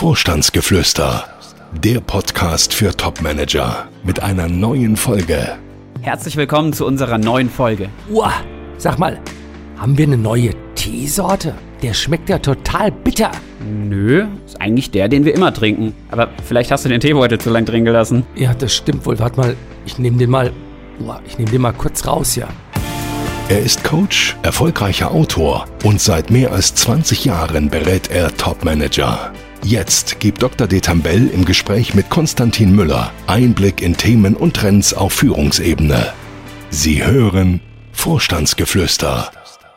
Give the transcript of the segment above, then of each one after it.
Vorstandsgeflüster, der Podcast für Topmanager mit einer neuen Folge. Herzlich willkommen zu unserer neuen Folge. Sag mal, haben wir eine neue Teesorte? Der schmeckt ja total bitter. Nö, ist eigentlich der, den wir immer trinken. Aber vielleicht hast du den Teebeutel zu lang drin gelassen. Ja, das stimmt wohl. Warte mal, ich nehme den mal kurz raus hier. Er ist Coach, erfolgreicher Autor und seit mehr als 20 Jahren berät er Topmanager. Jetzt gibt Dr. Detambell im Gespräch mit Konstantin Müller Einblick in Themen und Trends auf Führungsebene. Sie hören Vorstandsgeflüster.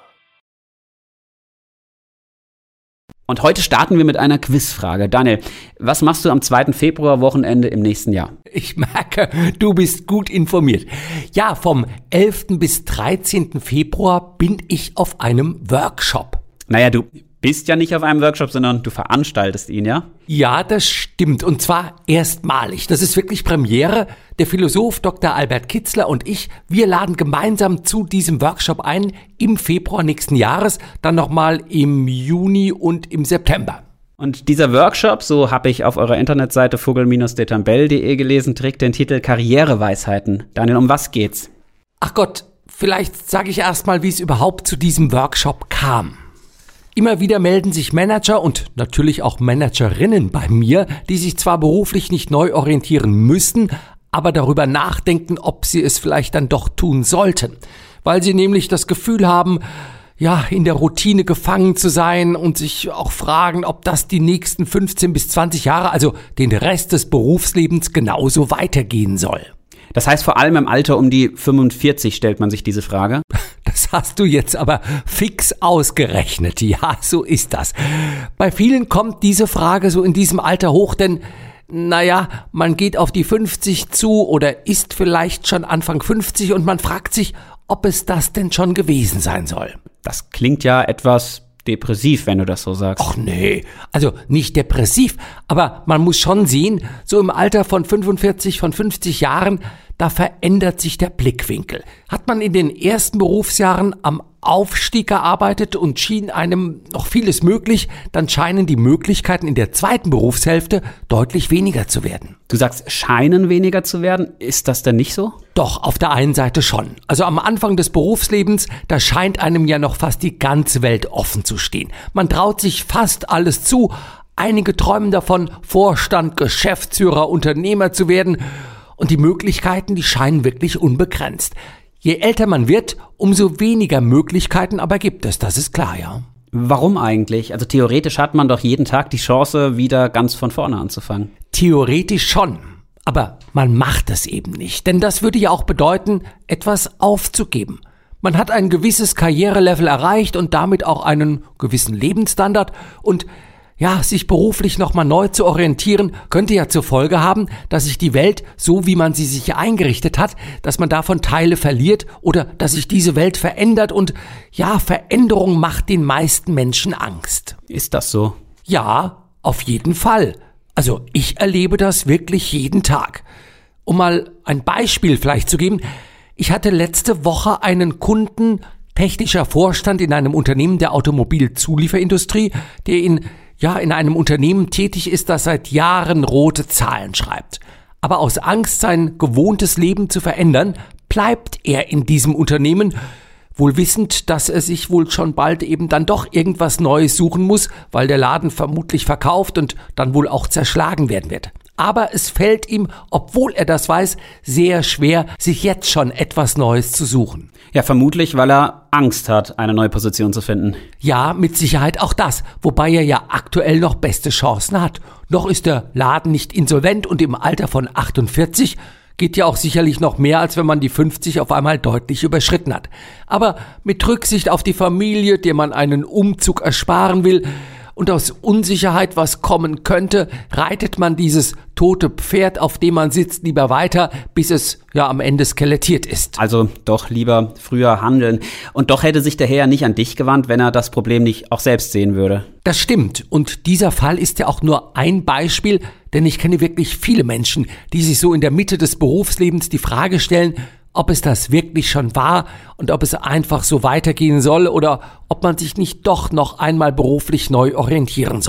Und heute starten wir mit einer Quizfrage. Daniel, was machst du am 2. Februar-Wochenende im nächsten Jahr? Ich merke, du bist gut informiert. Ja, vom 11. bis 13. Februar bin ich auf einem Workshop. Naja, du bist ja nicht auf einem Workshop, sondern du veranstaltest ihn, ja? Ja, das stimmt. Und zwar erstmalig. Das ist wirklich Premiere. Der Philosoph Dr. Albert Kitzler und ich, wir laden gemeinsam zu diesem Workshop ein im Februar nächsten Jahres, dann nochmal im Juni und im September. Und dieser Workshop, so habe ich auf eurer Internetseite vogel-detambell.de gelesen, trägt den Titel Karriereweisheiten. Daniel, um was geht's? Ach Gott, vielleicht sage ich erstmal, wie es überhaupt zu diesem Workshop kam. Immer wieder melden sich Manager und natürlich auch Managerinnen bei mir, die sich zwar beruflich nicht neu orientieren müssen, aber darüber nachdenken, ob sie es vielleicht dann doch tun sollten. Weil sie nämlich das Gefühl haben, ja, in der Routine gefangen zu sein und sich auch fragen, ob das die nächsten 15 bis 20 Jahre, also den Rest des Berufslebens, genauso weitergehen soll. Das heißt, vor allem im Alter um die 45 stellt man sich diese Frage. Das hast du jetzt aber fix ausgerechnet. Ja, so ist das. Bei vielen kommt diese Frage so in diesem Alter hoch, denn naja, man geht auf die 50 zu oder ist vielleicht schon Anfang 50 und man fragt sich, ob es das denn schon gewesen sein soll. Das klingt ja etwas depressiv, wenn du das so sagst. Ach nee, also nicht depressiv, aber man muss schon sehen, so im Alter von 45, von 50 Jahren, da verändert sich der Blickwinkel. Hat man in den ersten Berufsjahren am Aufstieg gearbeitet und schien einem noch vieles möglich, dann scheinen die Möglichkeiten in der zweiten Berufshälfte deutlich weniger zu werden. Du sagst, scheinen weniger zu werden. Ist das denn nicht so? Doch, auf der einen Seite schon. Also am Anfang des Berufslebens, da scheint einem ja noch fast die ganze Welt offen zu stehen. Man traut sich fast alles zu. Einige träumen davon, Vorstand, Geschäftsführer, Unternehmer zu werden. Und die Möglichkeiten, die scheinen wirklich unbegrenzt. Je älter man wird, umso weniger Möglichkeiten aber gibt es, das ist klar, ja. Warum eigentlich? Also theoretisch hat man doch jeden Tag die Chance, wieder ganz von vorne anzufangen. Theoretisch schon, aber man macht es eben nicht, denn das würde ja auch bedeuten, etwas aufzugeben. Man hat ein gewisses Karrierelevel erreicht und damit auch einen gewissen Lebensstandard und ja, sich beruflich nochmal neu zu orientieren, könnte ja zur Folge haben, dass sich die Welt, so wie man sie sich eingerichtet hat, dass man davon Teile verliert oder dass sich diese Welt verändert und ja, Veränderung macht den meisten Menschen Angst. Ist das so? Ja, auf jeden Fall. Also ich erlebe das wirklich jeden Tag. Um mal ein Beispiel vielleicht zu geben, ich hatte letzte Woche einen Kunden, technischer Vorstand in einem Unternehmen der Automobilzulieferindustrie, der in einem Unternehmen tätig ist, das seit Jahren rote Zahlen schreibt. Aber aus Angst, sein gewohntes Leben zu verändern, bleibt er in diesem Unternehmen, wohl wissend, dass er sich wohl schon bald eben dann doch irgendwas Neues suchen muss, weil der Laden vermutlich verkauft und dann wohl auch zerschlagen werden wird. Aber es fällt ihm, obwohl er das weiß, sehr schwer, sich jetzt schon etwas Neues zu suchen. Ja, vermutlich, weil er Angst hat, eine neue Position zu finden. Ja, mit Sicherheit auch das, wobei er ja aktuell noch beste Chancen hat. Noch ist der Laden nicht insolvent und im Alter von 48 geht ja auch sicherlich noch mehr, als wenn man die 50 auf einmal deutlich überschritten hat. Aber mit Rücksicht auf die Familie, der man einen Umzug ersparen will, und aus Unsicherheit, was kommen könnte, reitet man dieses tote Pferd, auf dem man sitzt, lieber weiter, bis es ja am Ende skelettiert ist. Also doch lieber früher handeln. Und doch hätte sich der Herr nicht an dich gewandt, wenn er das Problem nicht auch selbst sehen würde. Das stimmt. Und dieser Fall ist ja auch nur ein Beispiel, denn ich kenne wirklich viele Menschen, die sich so in der Mitte des Berufslebens die Frage stellen, ob es das wirklich schon war und ob es einfach so weitergehen soll oder ob man sich nicht doch noch einmal beruflich neu orientieren sollte.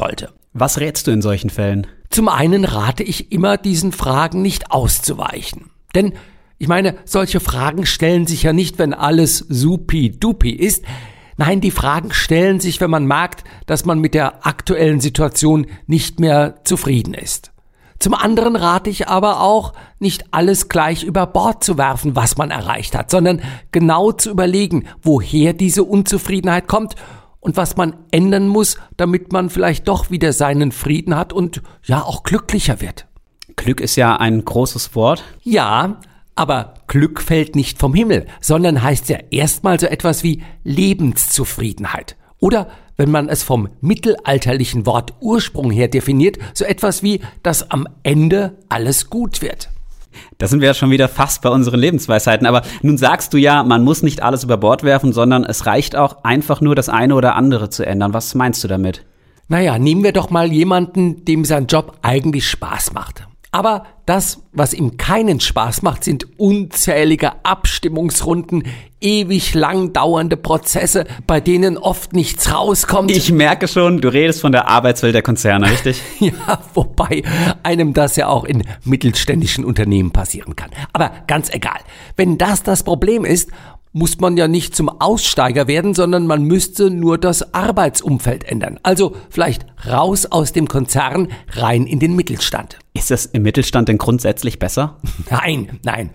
Was rätst du in solchen Fällen? Zum einen rate ich immer, diesen Fragen nicht auszuweichen. Denn, ich meine, solche Fragen stellen sich ja nicht, wenn alles supi-dupi ist. Nein, die Fragen stellen sich, wenn man merkt, dass man mit der aktuellen Situation nicht mehr zufrieden ist. Zum anderen rate ich aber auch, nicht alles gleich über Bord zu werfen, was man erreicht hat, sondern genau zu überlegen, woher diese Unzufriedenheit kommt und was man ändern muss, damit man vielleicht doch wieder seinen Frieden hat und ja auch glücklicher wird. Glück ist ja ein großes Wort. Ja, aber Glück fällt nicht vom Himmel, sondern heißt ja erstmal so etwas wie Lebenszufriedenheit. Oder, wenn man es vom mittelalterlichen Wort Ursprung her definiert, so etwas wie, dass am Ende alles gut wird. Da sind wir ja schon wieder fast bei unseren Lebensweisheiten. Aber nun sagst du ja, man muss nicht alles über Bord werfen, sondern es reicht auch einfach nur das eine oder andere zu ändern. Was meinst du damit? Naja, nehmen wir doch mal jemanden, dem sein Job eigentlich Spaß macht. Aber das, was ihm keinen Spaß macht, sind unzählige Abstimmungsrunden, ewig lang dauernde Prozesse, bei denen oft nichts rauskommt. Ich merke schon, du redest von der Arbeitswelt der Konzerne, richtig? Ja, wobei einem das ja auch in mittelständischen Unternehmen passieren kann. Aber ganz egal. Wenn das Problem ist, muss man ja nicht zum Aussteiger werden, sondern man müsste nur das Arbeitsumfeld ändern. Also vielleicht raus aus dem Konzern, rein in den Mittelstand. Ist das im Mittelstand denn grundsätzlich besser? Nein.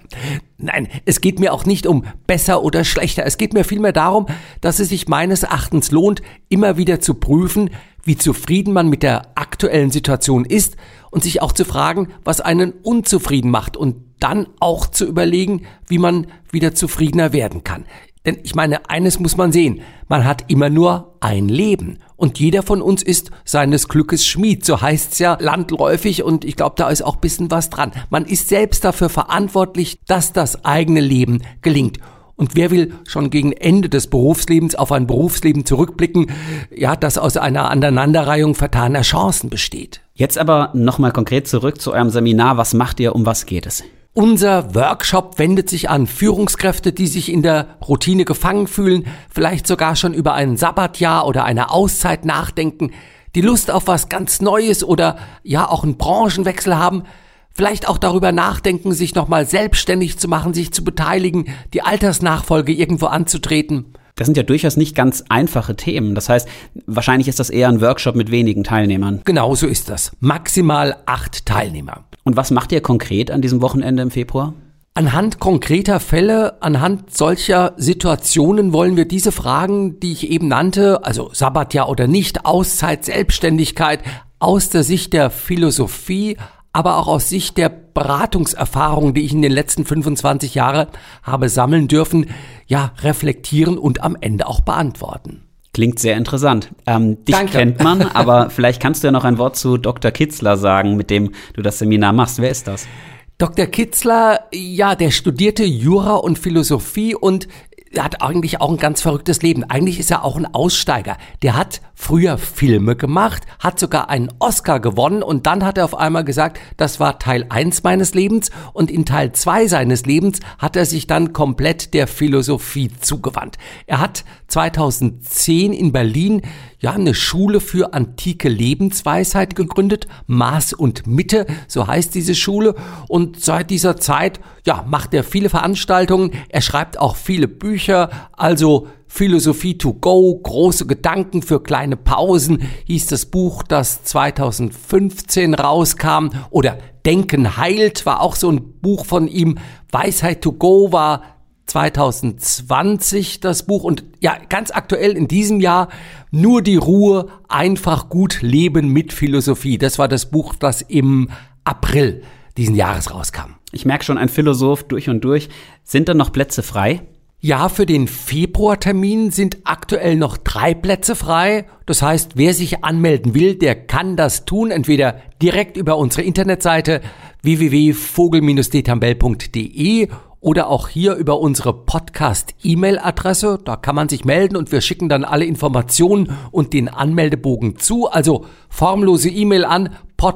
Es geht mir auch nicht um besser oder schlechter. Es geht mir vielmehr darum, dass es sich meines Erachtens lohnt, immer wieder zu prüfen, wie zufrieden man mit der aktuellen Situation ist und sich auch zu fragen, was einen unzufrieden macht und dann auch zu überlegen, wie man wieder zufriedener werden kann. Denn ich meine, eines muss man sehen, man hat immer nur ein Leben und jeder von uns ist seines Glückes Schmied, so heißt's ja landläufig und ich glaube, da ist auch ein bisschen was dran. Man ist selbst dafür verantwortlich, dass das eigene Leben gelingt. Und wer will schon gegen Ende des Berufslebens auf ein Berufsleben zurückblicken, ja, das aus einer Aneinanderreihung vertaner Chancen besteht? Jetzt aber nochmal konkret zurück zu eurem Seminar. Was macht ihr, um was geht es? Unser Workshop wendet sich an Führungskräfte, die sich in der Routine gefangen fühlen, vielleicht sogar schon über ein Sabbatjahr oder eine Auszeit nachdenken, die Lust auf was ganz Neues oder ja auch einen Branchenwechsel haben, vielleicht auch darüber nachdenken, sich nochmal selbstständig zu machen, sich zu beteiligen, die Altersnachfolge irgendwo anzutreten. Das sind ja durchaus nicht ganz einfache Themen. Das heißt, wahrscheinlich ist das eher ein Workshop mit wenigen Teilnehmern. Genau so ist das. Maximal 8 Teilnehmer. Und was macht ihr konkret an diesem Wochenende im Februar? Anhand konkreter Fälle, anhand solcher Situationen wollen wir diese Fragen, die ich eben nannte, also Sabbatjahr oder nicht, Auszeit, Selbstständigkeit, aus der Sicht der Philosophie, aber auch aus Sicht der Beratungserfahrung, die ich in den letzten 25 Jahren habe sammeln dürfen, ja, reflektieren und am Ende auch beantworten. Klingt sehr interessant. Dich Danke. Kennt man, aber vielleicht kannst du ja noch ein Wort zu Dr. Kitzler sagen, mit dem du das Seminar machst. Wer ist das? Dr. Kitzler, ja, der studierte Jura und Philosophie und hat eigentlich auch ein ganz verrücktes Leben. Eigentlich ist er auch ein Aussteiger. Der hat früher Filme gemacht, hat sogar einen Oscar gewonnen und dann hat er auf einmal gesagt, das war Teil 1 meines Lebens und in Teil 2 seines Lebens hat er sich dann komplett der Philosophie zugewandt. Er hat 2010 in Berlin ja eine Schule für antike Lebensweisheit gegründet, Maß und Mitte, so heißt diese Schule und seit dieser Zeit ja macht er viele Veranstaltungen, er schreibt auch viele Bücher, also Philosophie to go, große Gedanken für kleine Pausen, hieß das Buch, das 2015 rauskam. Oder Denken heilt war auch so ein Buch von ihm. Weisheit to go war 2020 das Buch. Und ja, ganz aktuell in diesem Jahr Nur die Ruhe, einfach gut leben mit Philosophie. Das war das Buch, das im April diesen Jahres rauskam. Ich merke schon, ein Philosoph durch und durch. Sind da noch Plätze frei? Ja, für den Februartermin sind aktuell noch 3 Plätze frei. Das heißt, wer sich anmelden will, der kann das tun, entweder direkt über unsere Internetseite www.vogel-detambell.de oder auch hier über unsere Podcast-E-Mail-Adresse. Da kann man sich melden und wir schicken dann alle Informationen und den Anmeldebogen zu. Also formlose E-Mail an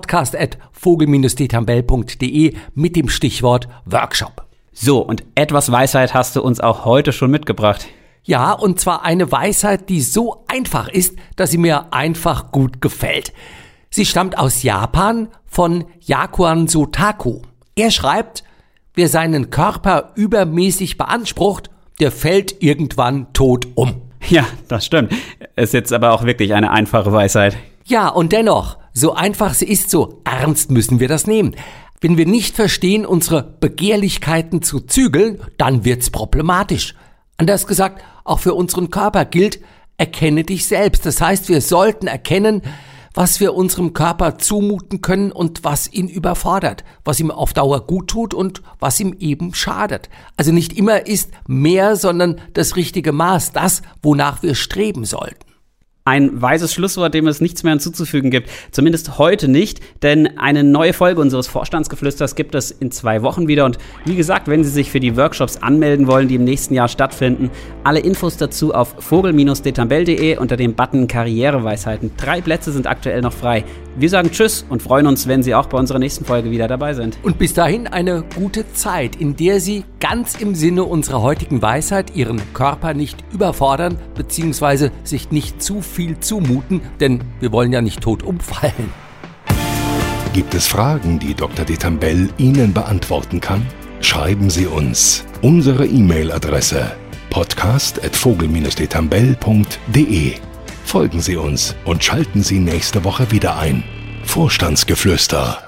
podcast@vogel-detambell.de mit dem Stichwort Workshop. So, und etwas Weisheit hast du uns auch heute schon mitgebracht. Ja, und zwar eine Weisheit, die so einfach ist, dass sie mir einfach gut gefällt. Sie stammt aus Japan von Yakuan Sotaku. Er schreibt, wer seinen Körper übermäßig beansprucht, der fällt irgendwann tot um. Ja, das stimmt. Ist jetzt aber auch wirklich eine einfache Weisheit. Ja, und dennoch, so einfach sie ist, so ernst müssen wir das nehmen. Wenn wir nicht verstehen, unsere Begehrlichkeiten zu zügeln, dann wird's problematisch. Anders gesagt, auch für unseren Körper gilt, erkenne dich selbst. Das heißt, wir sollten erkennen, was wir unserem Körper zumuten können und was ihn überfordert, was ihm auf Dauer gut tut und was ihm eben schadet. Also nicht immer ist mehr, sondern das richtige Maß, das, wonach wir streben sollten. Ein weises Schlusswort, dem es nichts mehr hinzuzufügen gibt. Zumindest heute nicht, denn eine neue Folge unseres Vorstandsgeflüsters gibt es in 2 Wochen wieder. Und wie gesagt, wenn Sie sich für die Workshops anmelden wollen, die im nächsten Jahr stattfinden, alle Infos dazu auf vogel-detambell.de unter dem Button Karriereweisheiten. 3 Plätze sind aktuell noch frei. Wir sagen Tschüss und freuen uns, wenn Sie auch bei unserer nächsten Folge wieder dabei sind. Und bis dahin eine gute Zeit, in der Sie ganz im Sinne unserer heutigen Weisheit Ihren Körper nicht überfordern bzw. sich nicht zu viel zumuten, denn wir wollen ja nicht tot umfallen. Gibt es Fragen, die Dr. Detambell Ihnen beantworten kann? Schreiben Sie uns. Unsere E-Mail-Adresse podcast@vogel-detambell.de. Folgen Sie uns und schalten Sie nächste Woche wieder ein. Vorstandsgeflüster.